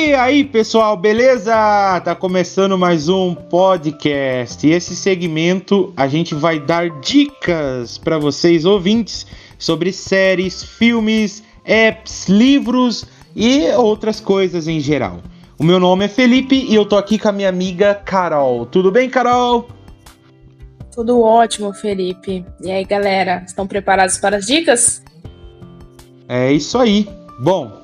E aí, pessoal, beleza? Tá começando mais um podcast. E esse segmento a gente vai dar dicas para vocês ouvintes sobre séries, filmes, apps, livros e outras coisas em geral. O meu nome é Felipe e eu tô aqui com a minha amiga Carol. Tudo bem, Carol? Tudo ótimo, Felipe. E aí, galera, estão preparados para as dicas? É isso aí. Bom,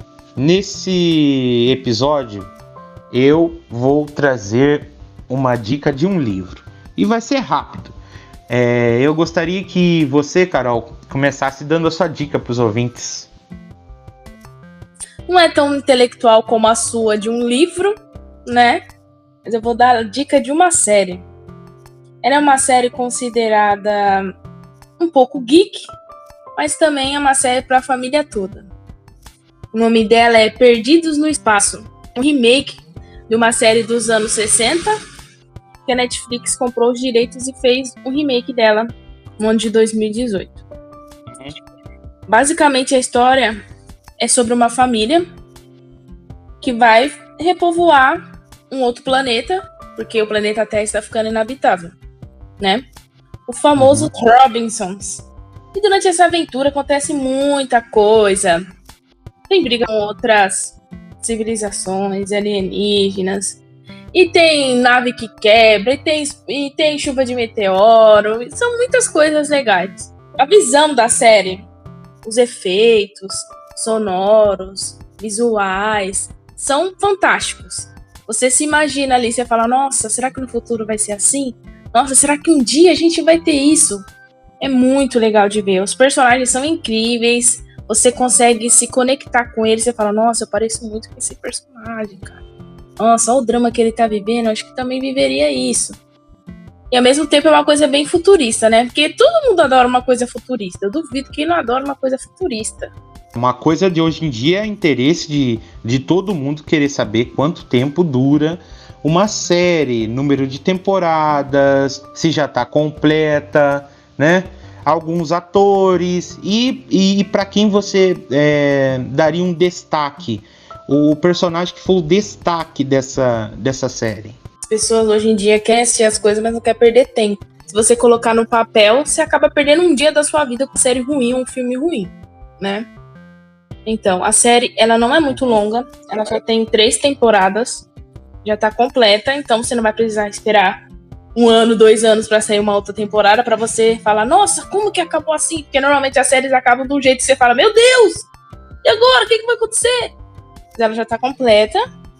nesse episódio eu vou trazer uma dica de um livro e vai ser rápido. Eu gostaria que você, Carol, começasse dando a sua dica para os ouvintes. Não é tão intelectual como a sua de um livro, né? Mas eu vou dar a dica de uma série. Ela é uma série considerada um pouco geek, mas também é uma série para a família toda. O nome dela é Perdidos no Espaço, um remake de uma série dos anos 60, que a Netflix comprou os direitos e fez um remake dela no ano de 2018. Basicamente a história é sobre uma família que vai repovoar um outro planeta, porque o planeta Terra está ficando inabitável, né? O famoso Robinsons. E durante essa aventura acontece muita coisa. Tem briga com outras civilizações alienígenas. E tem nave que quebra. E tem chuva de meteoro. São muitas coisas legais. A visão da série, os efeitos sonoros, visuais, são fantásticos. Você se imagina ali, você fala, nossa, será que no futuro vai ser assim? Nossa, será que um dia a gente vai ter isso? É muito legal de ver. Os personagens são incríveis. Você consegue se conectar com eles. Você fala, nossa, eu pareço muito com esse personagem, cara. Nossa, olha o drama que ele tá vivendo. Acho que também viveria isso. E ao mesmo tempo é uma coisa bem futurista, né? Porque todo mundo adora uma coisa futurista. Eu duvido que não adora uma coisa futurista. Uma coisa de hoje em dia é interesse de todo mundo querer saber quanto tempo dura uma série, número de temporadas, se já tá completa, né? Alguns atores e para quem você daria um destaque, o personagem que foi o destaque dessa série. As pessoas hoje em dia querem assistir as coisas, mas não querem perder tempo. Se você colocar no papel, você acaba perdendo um dia da sua vida com série ruim ou um filme ruim, né? Então, a série, ela não é muito longa, ela só tem 3 temporadas, já tá completa, então você não vai precisar esperar 1 ano, 2 anos pra sair uma outra temporada pra você falar, nossa, como que acabou assim? Porque normalmente as séries acabam de um jeito que você fala, meu Deus, e agora? O que vai acontecer? Mas ela já tá completa,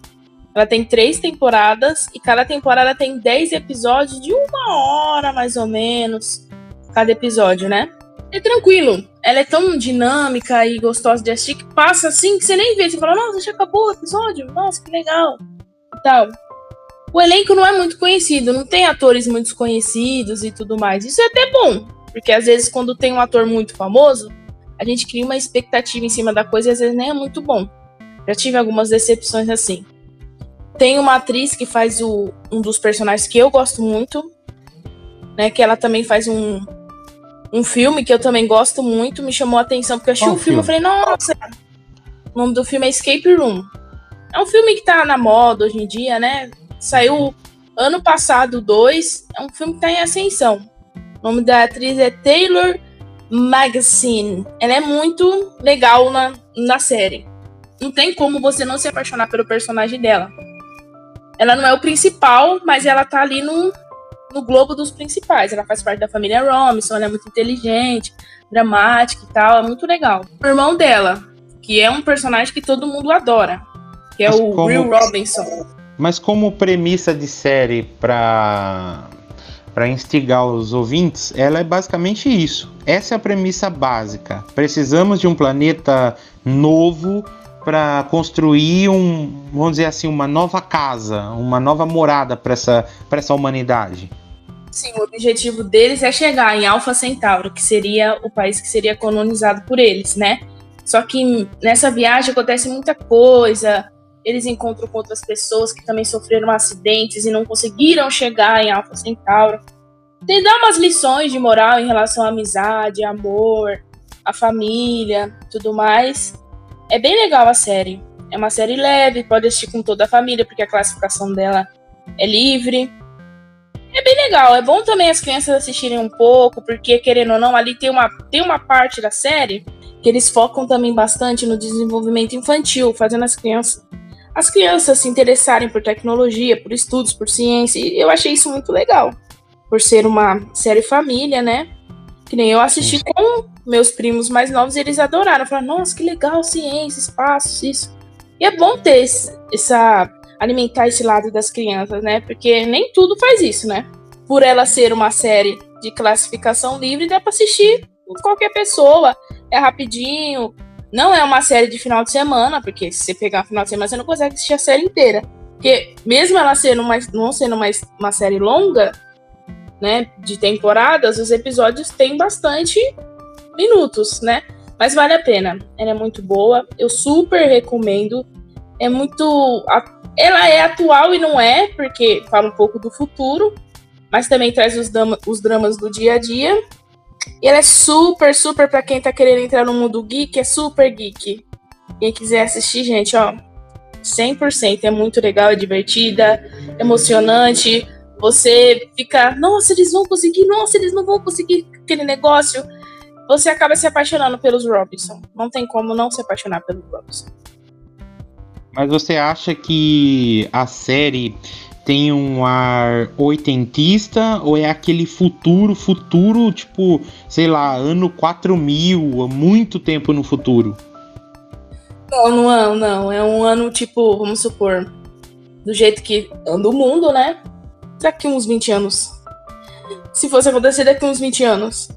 ela tem 3 temporadas e cada temporada tem 10 episódios de 1 hora, mais ou menos, cada episódio, né? É tranquilo, ela é tão dinâmica e gostosa de assistir que passa assim que você nem vê, você fala, nossa, já acabou o episódio? Nossa, que legal, e tal. O elenco não é muito conhecido, não tem atores muito conhecidos e tudo mais. Isso é até bom, porque às vezes quando tem um ator muito famoso, a gente cria uma expectativa em cima da coisa e às vezes nem é muito bom. Já tive algumas decepções assim. Tem uma atriz que faz um dos personagens que eu gosto muito, né, que ela também faz um filme que eu também gosto muito, me chamou a atenção, porque eu achei o filme e falei, nossa, o nome do filme é Escape Room. É um filme que tá na moda hoje em dia, né? Saiu ano passado, 2. É um filme que tá em ascensão. O nome da atriz é Taylor Magazine. Ela é muito legal na série. Não tem como você não se apaixonar pelo personagem dela. Ela não é o principal, mas ela tá ali no globo dos principais. Ela faz parte da família Robinson, ela é muito inteligente, dramática e tal. É muito legal. O irmão dela, que é um personagem que todo mundo adora, que é o Will Robinson. Mas como premissa de série para instigar os ouvintes, ela é basicamente isso. Essa é a premissa básica. Precisamos de um planeta novo para construir vamos dizer assim, uma nova casa, uma nova morada para essa humanidade. Sim, o objetivo deles é chegar em Alpha Centauro, que seria o país que seria colonizado por eles, né? Só que nessa viagem acontece muita coisa. Eles encontram com outras pessoas que também sofreram acidentes e não conseguiram chegar em Alpha Centauro. Tem dá umas lições de moral em relação à amizade, amor, a família, tudo mais. É bem legal a série. É uma série leve, pode assistir com toda a família, porque a classificação dela é livre. É bem legal, é bom também as crianças assistirem um pouco, porque, querendo ou não, ali tem uma parte da série que eles focam também bastante no desenvolvimento infantil, fazendo as crianças se interessarem por tecnologia, por estudos, por ciência, e eu achei isso muito legal, por ser uma série família, né? Que nem eu assisti com meus primos mais novos e eles adoraram, falaram, nossa, que legal, ciência, espaço, isso. E é bom ter alimentar esse lado das crianças, né? Porque nem tudo faz isso, né? Por ela ser uma série de classificação livre, dá pra assistir com qualquer pessoa, é rapidinho, não é uma série de final de semana, porque se você pegar um final de semana, você não consegue assistir a série inteira. Porque mesmo ela não sendo uma série longa, né, de temporadas, os episódios têm bastante minutos, né? Mas vale a pena. Ela é muito boa, eu super recomendo. Ela é atual e não é, porque fala um pouco do futuro, mas também traz os dramas do dia a dia. E ela é super, super pra quem tá querendo entrar no mundo geek, é super geek. Quem quiser assistir, gente, ó, 100%. É muito legal, é divertida, emocionante. Você fica, nossa, eles vão conseguir, nossa, eles não vão conseguir aquele negócio. Você acaba se apaixonando pelos Robinson. Não tem como não se apaixonar pelos Robinson. Mas você acha que a série tem um ar oitentista ou é aquele futuro, tipo, sei lá, ano 4000, muito tempo no futuro? Não. É um ano, tipo, vamos supor, do jeito que anda o mundo, né? Daqui uns 20 anos. Se fosse acontecer daqui uns 20 anos,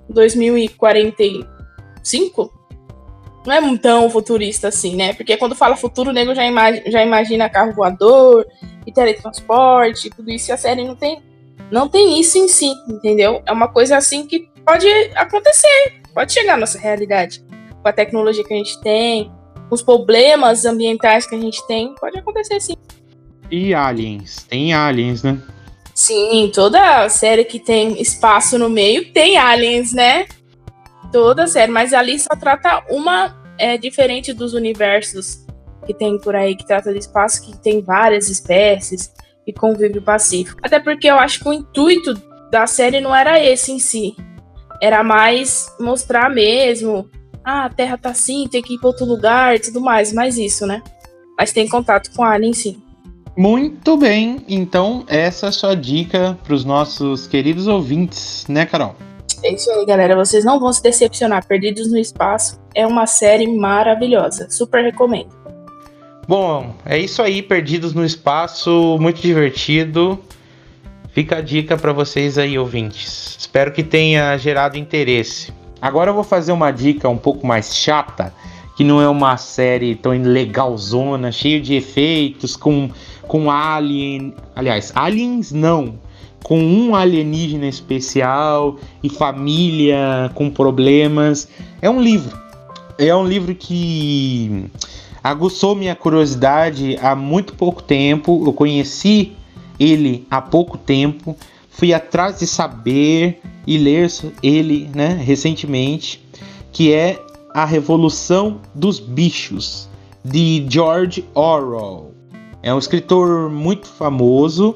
2045, não é tão futurista assim, né? Porque quando fala futuro, o nego já imagina carro voador e teletransporte, tudo isso, e a série não tem isso em si, entendeu? É uma coisa assim que pode acontecer, pode chegar à nossa realidade. Com a tecnologia que a gente tem, com os problemas ambientais que a gente tem, pode acontecer sim. E aliens? Tem aliens, né? Sim, toda série que tem espaço no meio tem aliens, né? Toda série, mas ali só trata diferente dos universos que tem por aí, que trata de espaço, que tem várias espécies e convívio pacífico. Até porque eu acho que o intuito da série não era esse em si. Era mais mostrar mesmo, a Terra tá assim, tem que ir para outro lugar e tudo mais, mas isso, né? Mas tem contato com a alien, sim. Muito bem, então essa é a sua dica para os nossos queridos ouvintes, né, Carol? É isso aí, galera. Vocês não vão se decepcionar. Perdidos no Espaço é uma série maravilhosa. Super recomendo. Bom, é isso aí. Perdidos no Espaço, muito divertido. Fica a dica para vocês aí, ouvintes. Espero que tenha gerado interesse. Agora eu vou fazer uma dica um pouco mais chata, que não é uma série tão legalzona, cheia de efeitos, com alien... Aliás, aliens não... com um alienígena especial e família com problemas. É um livro que aguçou minha curiosidade há muito pouco tempo. Eu conheci ele há pouco tempo, fui atrás de saber e ler ele, né, recentemente, que é A Revolução dos Bichos, de George Orwell. É um escritor muito famoso,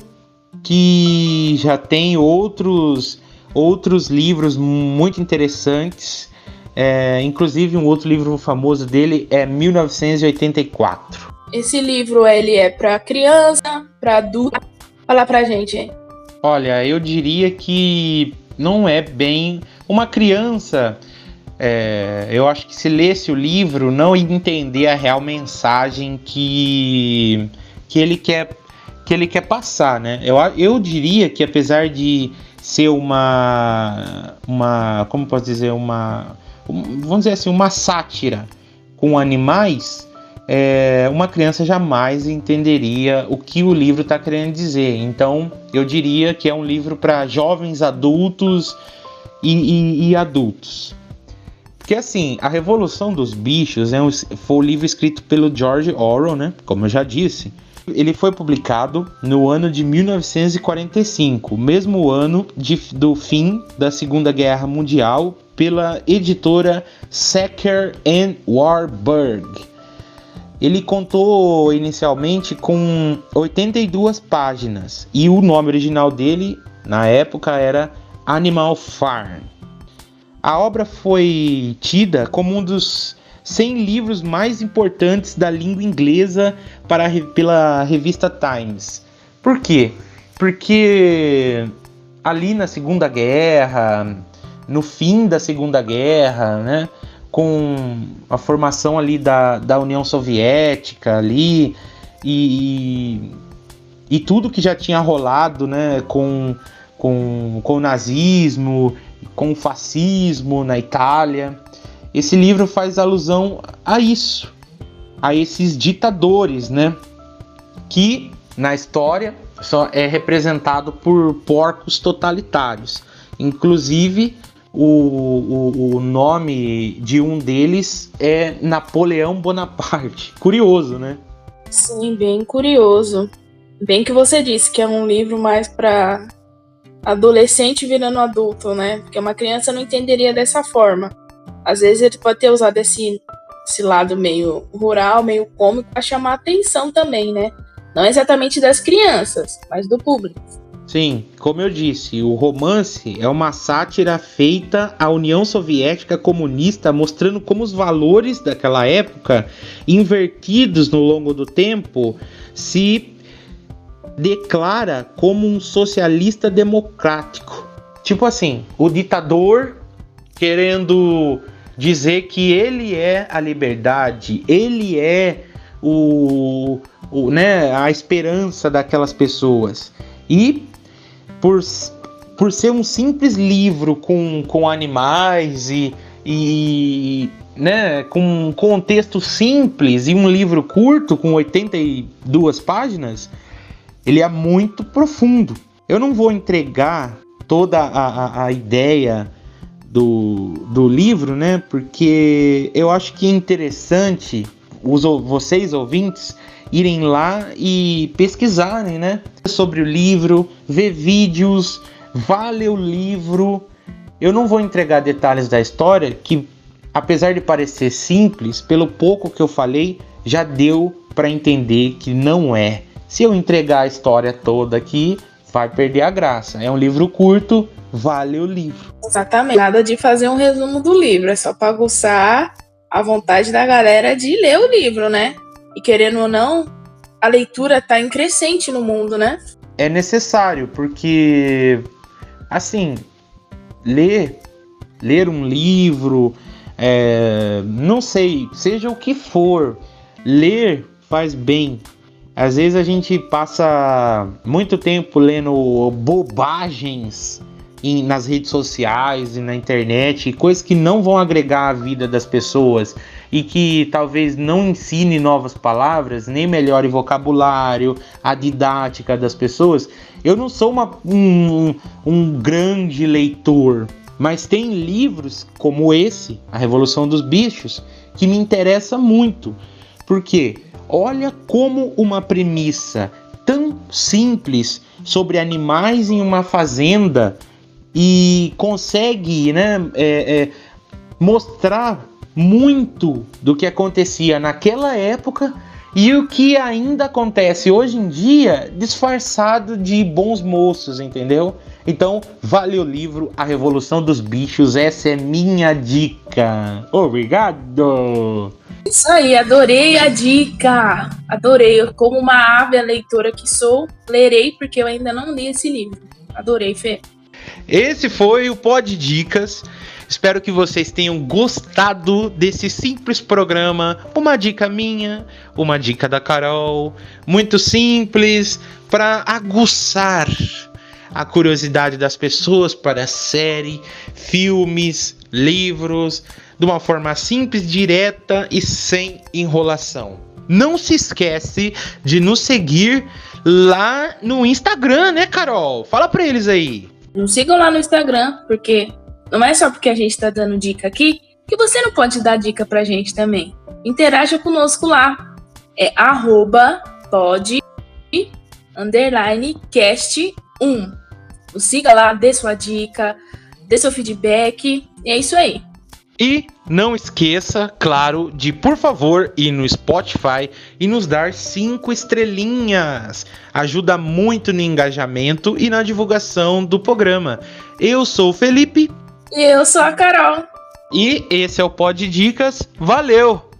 que já tem outros livros muito interessantes. Inclusive um outro livro famoso dele é 1984. Esse livro ele é para criança, para adulto? Fala pra gente aí. Olha, eu diria que não é bem uma criança. Eu acho que se lesse o livro não ia entender a real mensagem que ele quer passar, né? Eu diria que apesar de ser como posso dizer, vamos dizer assim, uma sátira com animais, uma criança jamais entenderia o que o livro está querendo dizer. Então, eu diria que é um livro para jovens, adultos e adultos. Porque assim, A Revolução dos Bichos foi um livro escrito pelo George Orwell, né? Como eu já disse. Ele foi publicado no ano de 1945, mesmo ano do fim da Segunda Guerra Mundial, pela editora Sacker and Warburg. ele contou inicialmente com 82 páginas e o nome original dele, na época, era Animal Farm. A obra foi tida como um dos 100 livros mais importantes da língua inglesa pela revista Times. Por quê? Porque ali na Segunda Guerra, no fim da Segunda Guerra, né, com a formação ali da União Soviética ali, e tudo que já tinha rolado, né, com o nazismo, com o fascismo na Itália, esse livro faz alusão a isso, a esses ditadores, né, que na história só é representado por porcos totalitários. Inclusive, o nome de um deles é Napoleão Bonaparte. Curioso, né? Sim, bem curioso. Bem que você disse que é um livro mais para adolescente virando adulto, né? Porque uma criança não entenderia dessa forma. Às vezes ele pode ter usado esse lado meio rural, meio cômico, para chamar a atenção também, né? Não exatamente das crianças, mas do público. Sim, como eu disse, o romance é uma sátira feita à União Soviética comunista, mostrando como os valores daquela época, invertidos no longo do tempo, se declara como um socialista democrático. Tipo assim, o ditador querendo dizer que ele é a liberdade, ele é né, a esperança daquelas pessoas. E por ser um simples livro com animais e né, com um contexto simples e um livro curto com 82 páginas, ele é muito profundo. Eu não vou entregar toda a ideia do livro, né, porque eu acho que é interessante vocês ouvintes irem lá e pesquisarem, né, sobre o livro, ver vídeos, vale o livro. Eu não vou entregar detalhes da história, que apesar de parecer simples, pelo pouco que eu falei, já deu para entender que não é. Se eu entregar a história toda aqui, vai perder a graça. É um livro curto, vale o livro. Exatamente. Nada de fazer um resumo do livro, é só para aguçar a vontade da galera de ler o livro, né? E querendo ou não, a leitura tá em crescente no mundo, né? É necessário, porque, assim, ler um livro, não sei, seja o que for, ler faz bem. Às vezes a gente passa muito tempo lendo bobagens nas redes sociais e na internet, coisas que não vão agregar à vida das pessoas e que talvez não ensine novas palavras, nem melhore o vocabulário, a didática das pessoas. Eu não sou um grande leitor, mas tem livros como esse, A Revolução dos Bichos, que me interessa muito. Por quê? Olha como uma premissa tão simples sobre animais em uma fazenda e consegue, né, mostrar muito do que acontecia naquela época e o que ainda acontece hoje em dia, disfarçado de bons moços, entendeu? Então, vale o livro A Revolução dos Bichos, essa é minha dica. Obrigado! Isso aí, adorei a dica! Adorei, eu, como uma ávida leitora que sou, lerei porque eu ainda não li esse livro. Adorei, Fê. Esse foi o Pod Dicas. Espero que vocês tenham gostado desse simples programa. Uma dica minha, uma dica da Carol. Muito simples para aguçar a curiosidade das pessoas para série, filmes, livros, de uma forma simples, direta e sem enrolação. Não se esquece de nos seguir lá no Instagram, né, Carol? Fala para eles aí. Nos sigam lá no Instagram, porque não é só porque a gente tá dando dica aqui que você não pode dar dica pra gente também. Interaja conosco lá. É @pod_cast1. Nos siga lá, dê sua dica, dê seu feedback. E é isso aí. E não esqueça, claro, de, por favor, ir no Spotify e nos dar 5 estrelinhas. Ajuda muito no engajamento e na divulgação do programa. Eu sou o Felipe. E eu sou a Carol. E esse é o Pod Dicas. Valeu!